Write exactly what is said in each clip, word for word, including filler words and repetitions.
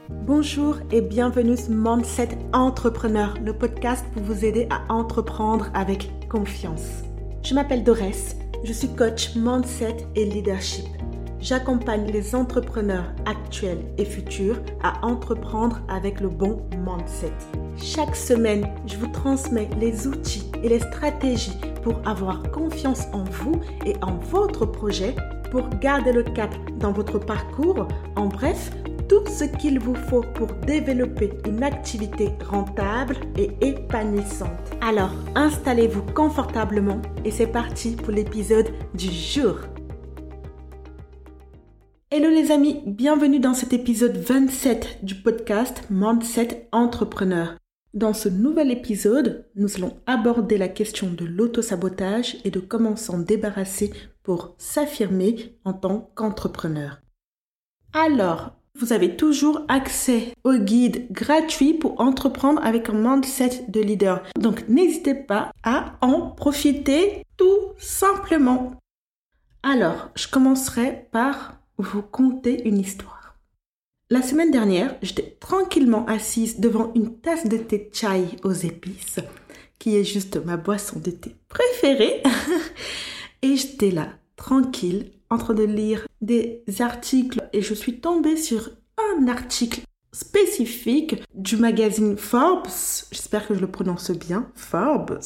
Bonjour et bienvenue sur Mindset Entrepreneur, le podcast pour vous aider à entreprendre avec confiance. Je m'appelle Dorès, je suis coach Mindset et Leadership. J'accompagne les entrepreneurs actuels et futurs à entreprendre avec le bon mindset. Chaque semaine, je vous transmets les outils et les stratégies pour avoir confiance en vous et en votre projet, pour garder le cap dans votre parcours, en bref, tout ce qu'il vous faut pour développer une activité rentable et épanouissante. Alors, installez-vous confortablement et c'est parti pour l'épisode du jour. Hello les amis, bienvenue dans cet épisode vingt-sept du podcast Mindset Entrepreneur. Dans ce nouvel épisode, nous allons aborder la question de l'autosabotage et de comment s'en débarrasser pour s'affirmer en tant qu'entrepreneur. Alors, vous avez toujours accès au guide gratuit pour entreprendre avec un mindset de leader. Donc, n'hésitez pas à en profiter tout simplement. Alors, je commencerai par vous conter une histoire. La semaine dernière, j'étais tranquillement assise devant une tasse de thé chai aux épices, qui est juste ma boisson de thé préférée. Et j'étais là, tranquille, en train de lire des articles et je suis tombée sur un article spécifique du magazine Forbes, j'espère que je le prononce bien, Forbes,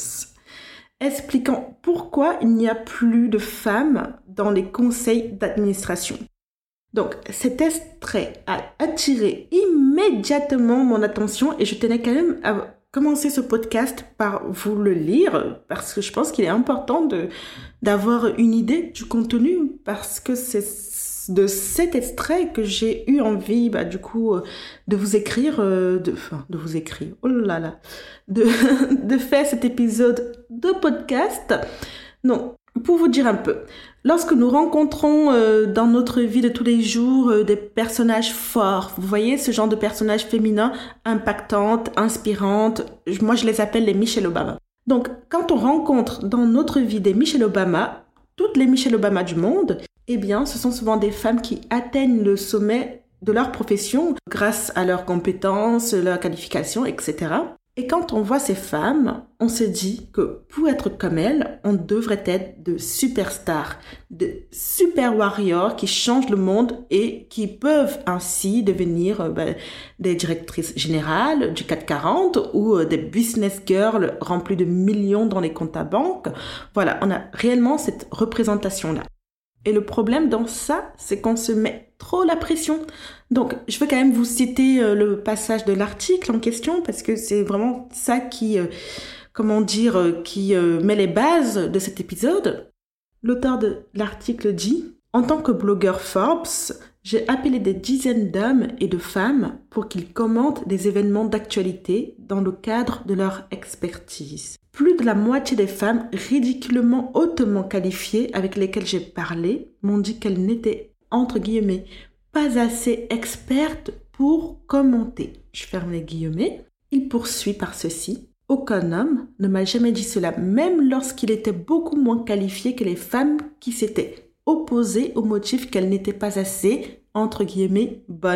expliquant pourquoi il n'y a plus de femmes dans les conseils d'administration. Donc, cet extrait a attiré immédiatement mon attention et je tenais quand même à commencer ce podcast par vous le lire parce que je pense qu'il est important de, d'avoir une idée du contenu parce que c'est de cet extrait que j'ai eu envie, bah, du coup, euh, de vous écrire, euh, de, enfin, de vous écrire, oh là là, de, de faire cet épisode de podcast. Non, pour vous dire un peu, lorsque nous rencontrons euh, dans notre vie de tous les jours euh, des personnages forts, vous voyez ce genre de personnages féminins impactantes, inspirantes, moi je les appelle les Michelle Obama. Donc quand on rencontre dans notre vie des Michelle Obama, toutes les Michelle Obama du monde, eh bien ce sont souvent des femmes qui atteignent le sommet de leur profession grâce à leurs compétences, leurs qualifications, et cetera. Et quand on voit ces femmes, on se dit que pour être comme elles, on devrait être de superstars, de super warriors qui changent le monde et qui peuvent ainsi devenir euh, ben, des directrices générales du C A C quarante ou euh, des business girls remplies de millions dans les comptes à banque. Voilà, on a réellement cette représentation-là. Et le problème dans ça, c'est qu'on se met trop la pression. Donc, je veux quand même vous citer euh, le passage de l'article en question parce que c'est vraiment ça qui, euh, comment dire, euh, qui euh, met les bases de cet épisode. L'auteur de l'article dit « En tant que blogueur Forbes, j'ai appelé des dizaines d'hommes et de femmes pour qu'ils commentent des événements d'actualité dans le cadre de leur expertise. Plus de la moitié des femmes ridiculement hautement qualifiées avec lesquelles j'ai parlé m'ont dit qu'elles n'étaient, entre guillemets, pas assez expertes pour commenter. » Je ferme les guillemets. Il poursuit par ceci. « Aucun homme ne m'a jamais dit cela, même lorsqu'il était beaucoup moins qualifié que les femmes qui s'étaient opposées au motif qu'elles n'étaient pas assez, entre guillemets, bonnes. »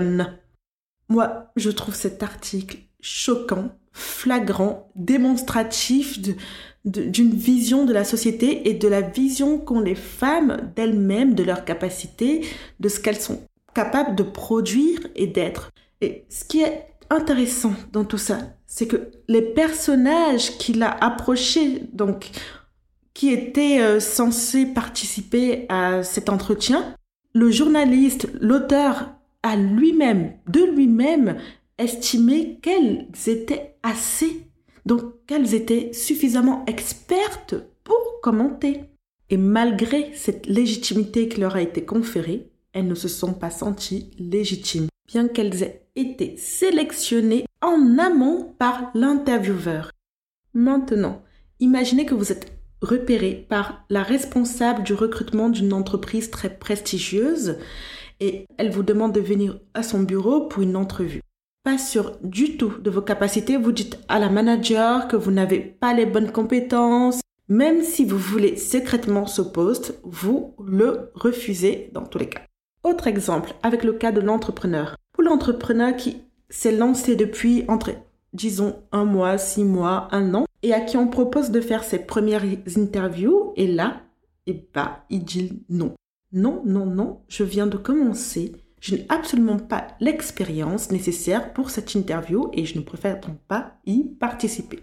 Moi, je trouve cet article choquant, flagrant, démonstratif de, de, d'une vision de la société et de la vision qu'ont les femmes d'elles-mêmes, de leurs capacités, de ce qu'elles sont capables de produire et d'être. Et ce qui est intéressant dans tout ça, c'est que les personnages qu'il a approchés, donc qui étaient euh, censés participer à cet entretien, le journaliste, l'auteur a lui-même, de lui-même, estimé qu'elles étaient assez, donc qu'elles étaient suffisamment expertes pour commenter. Et malgré cette légitimité qui leur a été conférée, elles ne se sont pas senties légitimes, bien qu'elles aient été sélectionnées en amont par l'intervieweur. Maintenant, imaginez que vous êtes repéré par la responsable du recrutement d'une entreprise très prestigieuse et elle vous demande de venir à son bureau pour une entrevue. Pas sûr du tout de vos capacités, vous dites à la manager que vous n'avez pas les bonnes compétences. Même si vous voulez secrètement ce poste, vous le refusez dans tous les cas. Autre exemple, avec le cas de l'entrepreneur. Pour l'entrepreneur qui s'est lancé depuis entre, disons, un mois, six mois, un an, et à qui on propose de faire ses premières interviews, et là, eh ben, il dit non. Non, non, non, je viens de commencer. Je n'ai absolument pas l'expérience nécessaire pour cette interview et je ne préfère donc pas y participer.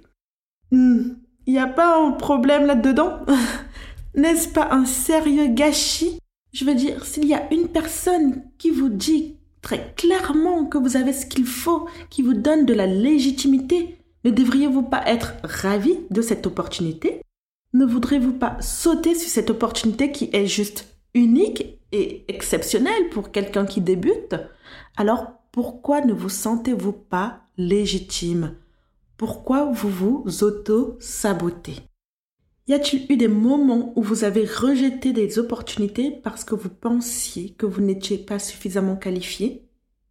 Il n'y a pas un problème là-dedans? N'est-ce pas un sérieux gâchis? Je veux dire, s'il y a une personne qui vous dit très clairement que vous avez ce qu'il faut, qui vous donne de la légitimité, ne devriez-vous pas être ravi de cette opportunité? Ne voudrez-vous pas sauter sur cette opportunité qui est juste unique et exceptionnelle pour quelqu'un qui débute? Alors, pourquoi ne vous sentez-vous pas légitime? Pourquoi vous vous auto-sabotez? Y a-t-il eu des moments où vous avez rejeté des opportunités parce que vous pensiez que vous n'étiez pas suffisamment qualifié?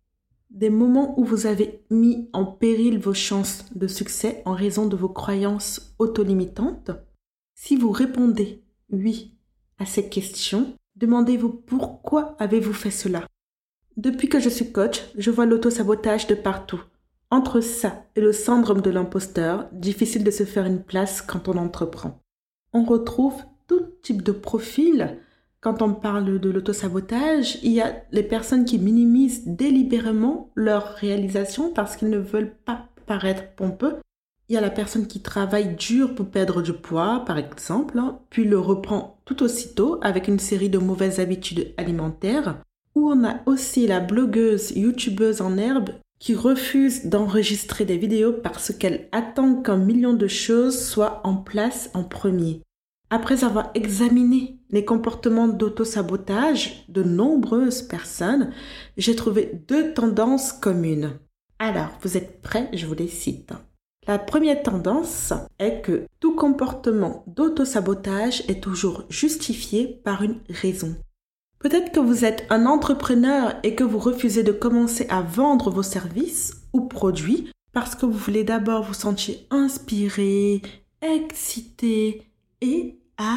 Des moments où vous avez mis en péril vos chances de succès en raison de vos croyances auto-limitantes? Si vous répondez oui à ces questions, demandez-vous pourquoi avez-vous fait cela? Depuis que je suis coach, je vois l'auto-sabotage de partout. Entre ça et le syndrome de l'imposteur, difficile de se faire une place quand on entreprend. On retrouve tout type de profil. Quand on parle de l'auto-sabotage, il y a les personnes qui minimisent délibérément leur réalisation parce qu'ils ne veulent pas paraître pompeux. Il y a la personne qui travaille dur pour perdre du poids, par exemple, puis le reprend tout aussitôt avec une série de mauvaises habitudes alimentaires. Ou on a aussi la blogueuse, youtubeuse en herbe qui refuse d'enregistrer des vidéos parce qu'elle attend qu'un million de choses soient en place en premier. Après avoir examiné les comportements d'auto-sabotage de nombreuses personnes, j'ai trouvé deux tendances communes. Alors, vous êtes prêts? Je vous les cite. La première tendance est que tout comportement d'auto-sabotage est toujours justifié par une raison. Peut-être que vous êtes un entrepreneur et que vous refusez de commencer à vendre vos services ou produits parce que vous voulez d'abord vous sentir inspiré, excité et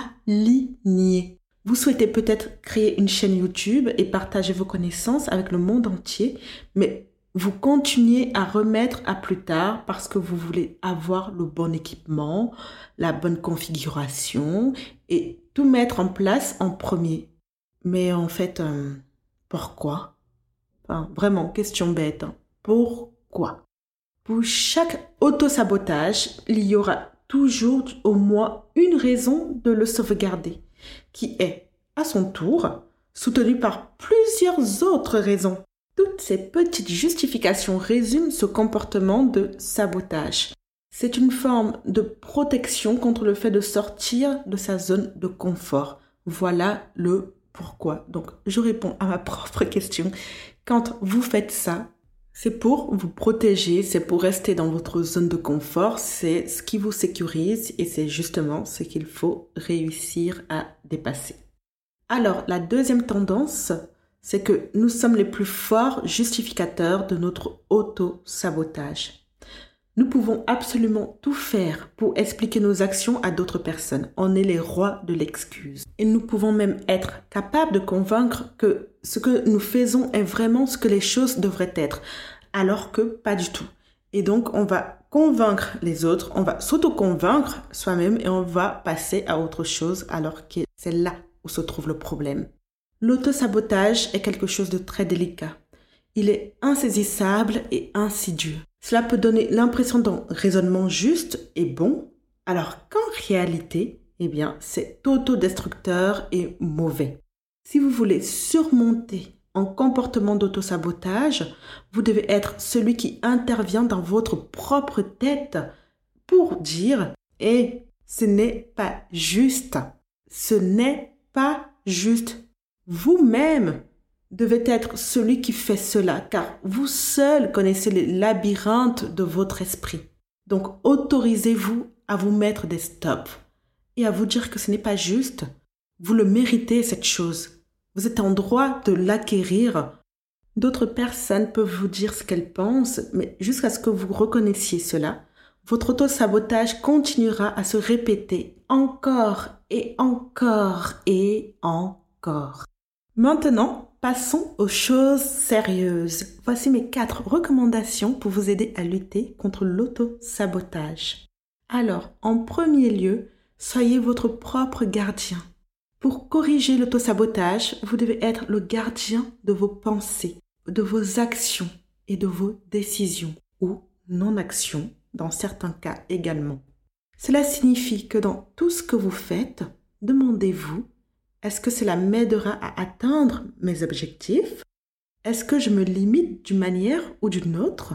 aligné. Vous souhaitez peut-être créer une chaîne YouTube et partager vos connaissances avec le monde entier, mais vous continuez à remettre à plus tard parce que vous voulez avoir le bon équipement, la bonne configuration et tout mettre en place en premier. Mais en fait, euh, pourquoi? Enfin, vraiment, question bête. Hein. Pourquoi? Pour chaque auto-sabotage, il y aura toujours au moins une raison de le sauvegarder, qui est, à son tour, soutenue par plusieurs autres raisons. Toutes ces petites justifications résument ce comportement de sabotage. C'est une forme de protection contre le fait de sortir de sa zone de confort. Voilà le pourquoi. Donc, je réponds à ma propre question. Quand vous faites ça, c'est pour vous protéger, c'est pour rester dans votre zone de confort, c'est ce qui vous sécurise et c'est justement ce qu'il faut réussir à dépasser. Alors, la deuxième tendance, c'est que nous sommes les plus forts justificateurs de notre auto-sabotage. Nous pouvons absolument tout faire pour expliquer nos actions à d'autres personnes. On est les rois de l'excuse. Et nous pouvons même être capables de convaincre que ce que nous faisons est vraiment ce que les choses devraient être, alors que pas du tout. Et donc, on va convaincre les autres, on va s'auto-convaincre soi-même et on va passer à autre chose, alors que c'est là où se trouve le problème. L'auto-sabotage est quelque chose de très délicat. Il est insaisissable et insidieux. Cela peut donner l'impression d'un raisonnement juste et bon, alors qu'en réalité, eh bien, c'est autodestructeur et mauvais. Si vous voulez surmonter un comportement d'autosabotage, vous devez être celui qui intervient dans votre propre tête pour dire « Eh, ce n'est pas juste, ce n'est pas juste ». Vous-même devez être celui qui fait cela, car vous seul connaissez les labyrinthes de votre esprit. Donc, autorisez-vous à vous mettre des stops et à vous dire que ce n'est pas juste. Vous le méritez, cette chose. Vous êtes en droit de l'acquérir. D'autres personnes peuvent vous dire ce qu'elles pensent, mais jusqu'à ce que vous reconnaissiez cela, votre auto-sabotage continuera à se répéter encore et encore et encore. Maintenant, passons aux choses sérieuses. Voici mes quatre recommandations pour vous aider à lutter contre l'auto-sabotage. Alors, en premier lieu, soyez votre propre gardien. Pour corriger l'auto-sabotage, vous devez être le gardien de vos pensées, de vos actions et de vos décisions, ou non-actions dans certains cas également. Cela signifie que dans tout ce que vous faites, demandez-vous: est-ce que cela m'aidera à atteindre mes objectifs? Est-ce que je me limite d'une manière ou d'une autre?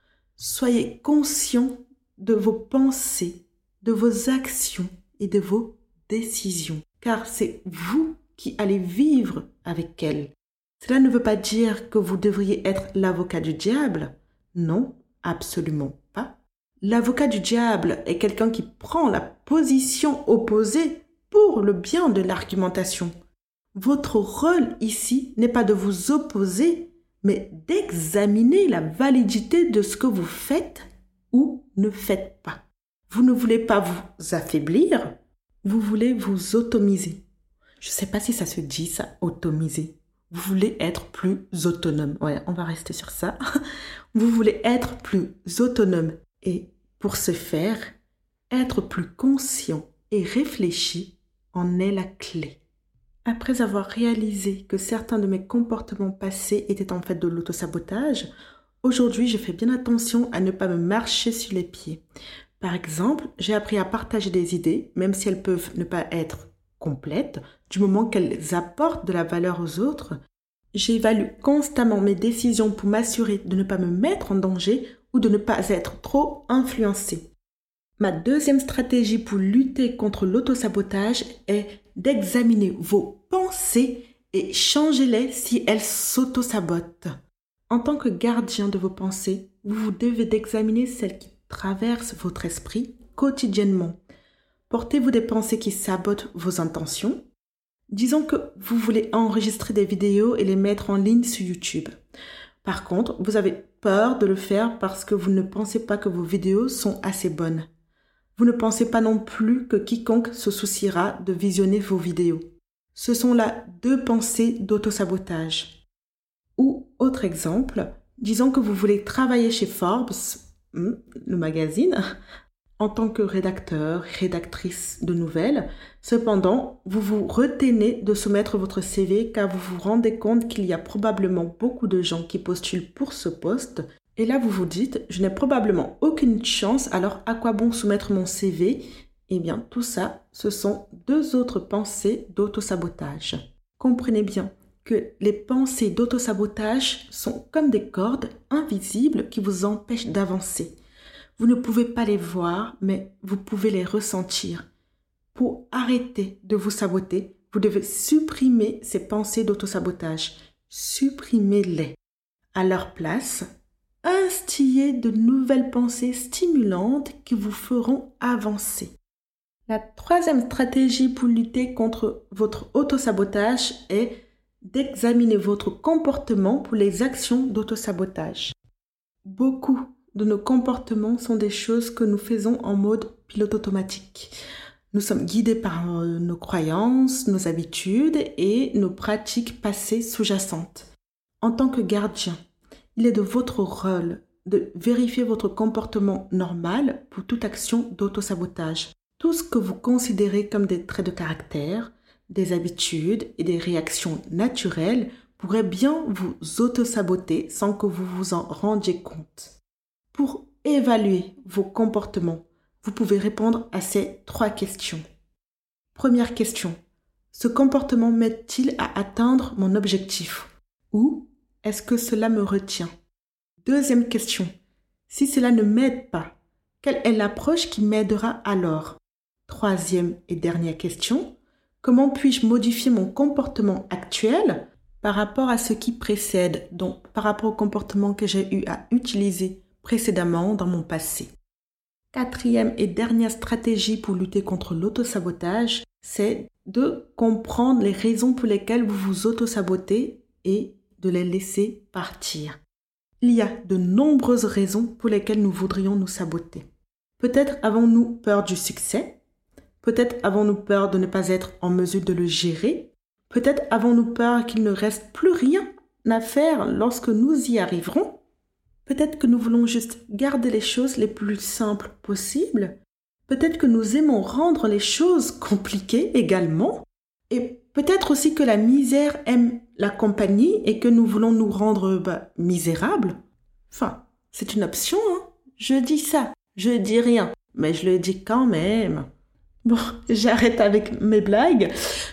Soyez conscient de vos pensées, de vos actions et de vos décisions, car c'est vous qui allez vivre avec elles. Cela ne veut pas dire que vous devriez être l'avocat du diable. Non, absolument pas. L'avocat du diable est quelqu'un qui prend la position opposée pour le bien de l'argumentation. Votre rôle ici n'est pas de vous opposer, mais d'examiner la validité de ce que vous faites ou ne faites pas. Vous ne voulez pas vous affaiblir, vous voulez vous automiser. Je ne sais pas si ça se dit ça, automiser. Vous voulez être plus autonome. Ouais, on va rester sur ça. Vous voulez être plus autonome. Et pour ce faire, être plus conscient et réfléchi en est la clé. Après avoir réalisé que certains de mes comportements passés étaient en fait de l'autosabotage, aujourd'hui je fais bien attention à ne pas me marcher sur les pieds. Par exemple, j'ai appris à partager des idées, même si elles peuvent ne pas être complètes, du moment qu'elles apportent de la valeur aux autres. J'évalue constamment mes décisions pour m'assurer de ne pas me mettre en danger ou de ne pas être trop influencée. Ma deuxième stratégie pour lutter contre l'autosabotage est d'examiner vos pensées et changez-les si elles s'autosabotent. En tant que gardien de vos pensées, vous devez d'examiner celles qui traversent votre esprit quotidiennement. Portez-vous des pensées qui sabotent vos intentions? Disons que vous voulez enregistrer des vidéos et les mettre en ligne sur YouTube. Par contre, vous avez peur de le faire parce que vous ne pensez pas que vos vidéos sont assez bonnes. Vous ne pensez pas non plus que quiconque se souciera de visionner vos vidéos. Ce sont là deux pensées d'autosabotage. Ou, autre exemple, disons que vous voulez travailler chez Forbes, le magazine, en tant que rédacteur, rédactrice de nouvelles. Cependant, vous vous retenez de soumettre votre C V car vous vous rendez compte qu'il y a probablement beaucoup de gens qui postulent pour ce poste. Et là, vous vous dites, je n'ai probablement aucune chance, alors à quoi bon soumettre mon C V? Eh bien, tout ça, ce sont deux autres pensées d'autosabotage. Comprenez bien que les pensées d'autosabotage sont comme des cordes invisibles qui vous empêchent d'avancer. Vous ne pouvez pas les voir, mais vous pouvez les ressentir. Pour arrêter de vous saboter, vous devez supprimer ces pensées d'autosabotage. Supprimez-les. À leur place, instillez de nouvelles pensées stimulantes qui vous feront avancer. La troisième stratégie pour lutter contre votre autosabotage est d'examiner votre comportement pour les actions d'autosabotage. Beaucoup de nos comportements sont des choses que nous faisons en mode pilote automatique. Nous sommes guidés par nos croyances, nos habitudes et nos pratiques passées sous-jacentes. En tant que gardien, il est de votre rôle de vérifier votre comportement normal pour toute action d'autosabotage. Tout ce que vous considérez comme des traits de caractère, des habitudes et des réactions naturelles pourrait bien vous auto-saboter sans que vous vous en rendiez compte. Pour évaluer vos comportements, vous pouvez répondre à ces trois questions. Première question. Ce comportement m'aide-t-il à atteindre mon objectif? Ou est-ce que cela me retient? Deuxième question. Si cela ne m'aide pas, quelle est l'approche qui m'aidera alors? Troisième et dernière question. Comment puis-je modifier mon comportement actuel par rapport à ce qui précède, donc par rapport au comportement que j'ai eu à utiliser précédemment dans mon passé? Quatrième et dernière stratégie pour lutter contre l'autosabotage, c'est de comprendre les raisons pour lesquelles vous vous autosabotez et de les laisser partir. Il y a de nombreuses raisons pour lesquelles nous voudrions nous saboter. Peut-être avons-nous peur du succès, peut-être avons-nous peur de ne pas être en mesure de le gérer, Peut-être avons-nous peur qu'il ne reste plus rien à faire lorsque nous y arriverons. Peut-être que nous voulons juste garder les choses les plus simples possibles. Peut-être que nous aimons rendre les choses compliquées également. Et peut-être aussi que la misère aime la compagnie et que nous voulons nous rendre bah, misérables. Enfin, c'est une option, hein. Je dis ça, je dis rien, mais je le dis quand même. Bon, j'arrête avec mes blagues.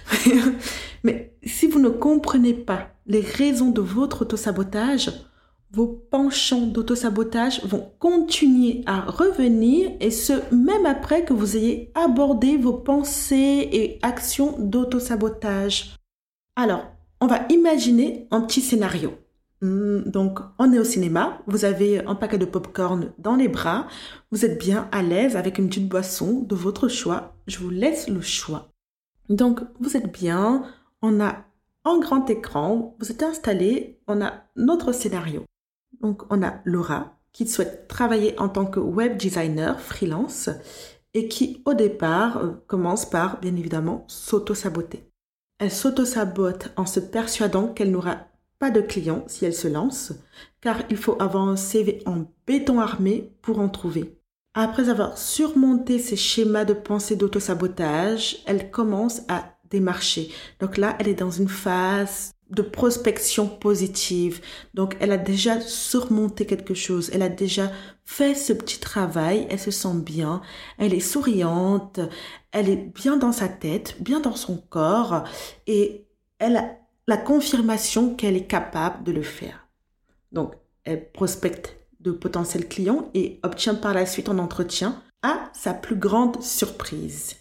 Mais si vous ne comprenez pas les raisons de votre autosabotage, vos penchants d'autosabotage vont continuer à revenir et ce, même après que vous ayez abordé vos pensées et actions d'autosabotage. Alors, on va imaginer un petit scénario. Donc, on est au cinéma, vous avez un paquet de popcorn dans les bras, vous êtes bien à l'aise avec une petite boisson de votre choix. Je vous laisse le choix. Donc, vous êtes bien, on a un grand écran, vous êtes installé, on a notre scénario. Donc, on a Laura qui souhaite travailler en tant que web designer freelance et qui, au départ, euh, commence par, bien évidemment, s'auto-saboter. Elle s'auto-sabote en se persuadant qu'elle n'aura pas de clients si elle se lance, car il faut avoir un C V en béton armé pour en trouver. Après avoir surmonté ces schémas de pensée d'auto-sabotage, elle commence à démarcher. Donc là, elle est dans une phase de prospection positive. Donc, elle a déjà surmonté quelque chose. Elle a déjà fait ce petit travail. Elle se sent bien. Elle est souriante. Elle est bien dans sa tête, bien dans son corps. Et elle a la confirmation qu'elle est capable de le faire. Donc, elle prospecte de potentiels clients et obtient par la suite un entretien à sa plus grande surprise.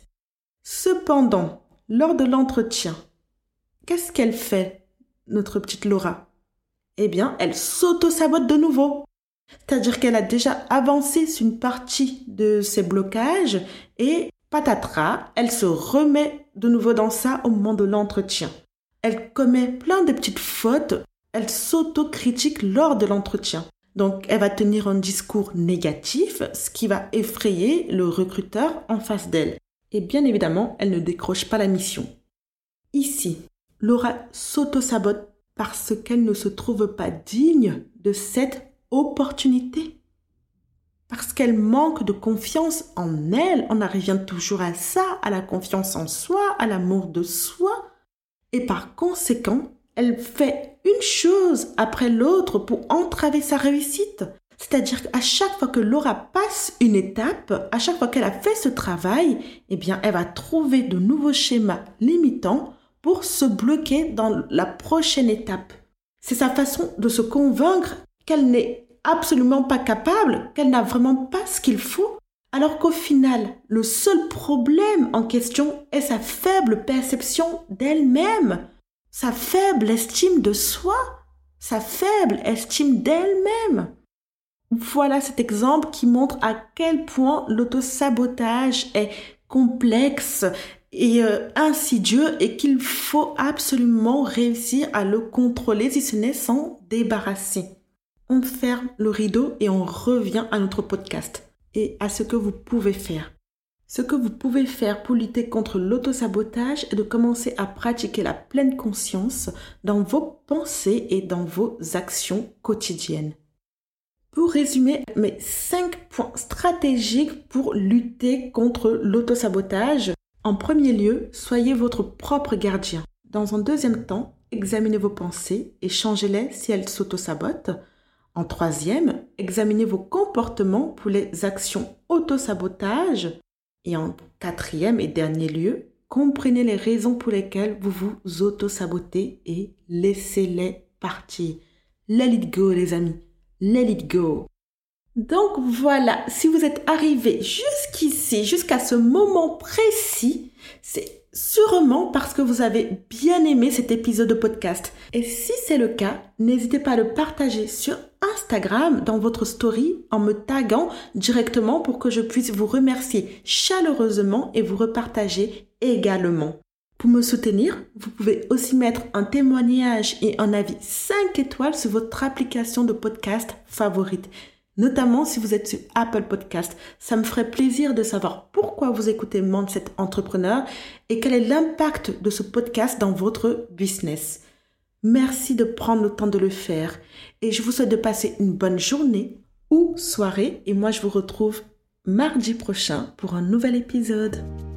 Cependant, lors de l'entretien, qu'est-ce qu'elle fait, notre petite Laura? Eh bien, elle s'auto-sabote de nouveau. C'est-à-dire qu'elle a déjà avancé sur une partie de ses blocages et patatras, elle se remet de nouveau dans ça au moment de l'entretien. Elle commet plein de petites fautes, elle s'auto-critique lors de l'entretien. Donc, elle va tenir un discours négatif, ce qui va effrayer le recruteur en face d'elle. Et bien évidemment, elle ne décroche pas la mission. Ici, Laura s'auto-sabote parce qu'elle ne se trouve pas digne de cette opportunité. Parce qu'elle manque de confiance en elle. On en revient toujours à ça, à la confiance en soi, à l'amour de soi. Et par conséquent, elle fait une chose après l'autre pour entraver sa réussite. C'est-à-dire qu'à chaque fois que Laura passe une étape, à chaque fois qu'elle a fait ce travail, eh bien, elle va trouver de nouveaux schémas limitants pour se bloquer dans la prochaine étape. C'est sa façon de se convaincre qu'elle n'est absolument pas capable, qu'elle n'a vraiment pas ce qu'il faut, alors qu'au final, le seul problème en question est sa faible perception d'elle-même, sa faible estime de soi, sa faible estime d'elle-même. Voilà cet exemple qui montre à quel point l'autosabotage est complexe et euh, insidieux et qu'il faut absolument réussir à le contrôler si ce n'est s'en débarrasser. On ferme le rideau et on revient à notre podcast et à ce que vous pouvez faire. Ce que vous pouvez faire pour lutter contre l'autosabotage est de commencer à pratiquer la pleine conscience dans vos pensées et dans vos actions quotidiennes. Pour résumer mes cinq points stratégiques pour lutter contre l'autosabotage, en premier lieu, soyez votre propre gardien. Dans un deuxième temps, examinez vos pensées et changez-les si elles s'autosabotent. En troisième, examinez vos comportements pour les actions autosabotage. Et en quatrième et dernier lieu, comprenez les raisons pour lesquelles vous vous auto-sabotez et laissez-les partir. Let it go, les amis. Let it go. Donc voilà, si vous êtes arrivé jusqu'ici, jusqu'à ce moment précis, c'est sûrement parce que vous avez bien aimé cet épisode de podcast. Et si c'est le cas, n'hésitez pas à le partager sur Instagram dans votre story en me taguant directement pour que je puisse vous remercier chaleureusement et vous repartager également. Pour me soutenir, vous pouvez aussi mettre un témoignage et un avis cinq étoiles sur votre application de podcast favorite. notamment si vous êtes sur Apple Podcast. Ça me ferait plaisir de savoir pourquoi vous écoutez Mindset Entrepreneur et quel est l'impact de ce podcast dans votre business. Merci de prendre le temps de le faire et je vous souhaite de passer une bonne journée ou soirée et moi je vous retrouve mardi prochain pour un nouvel épisode.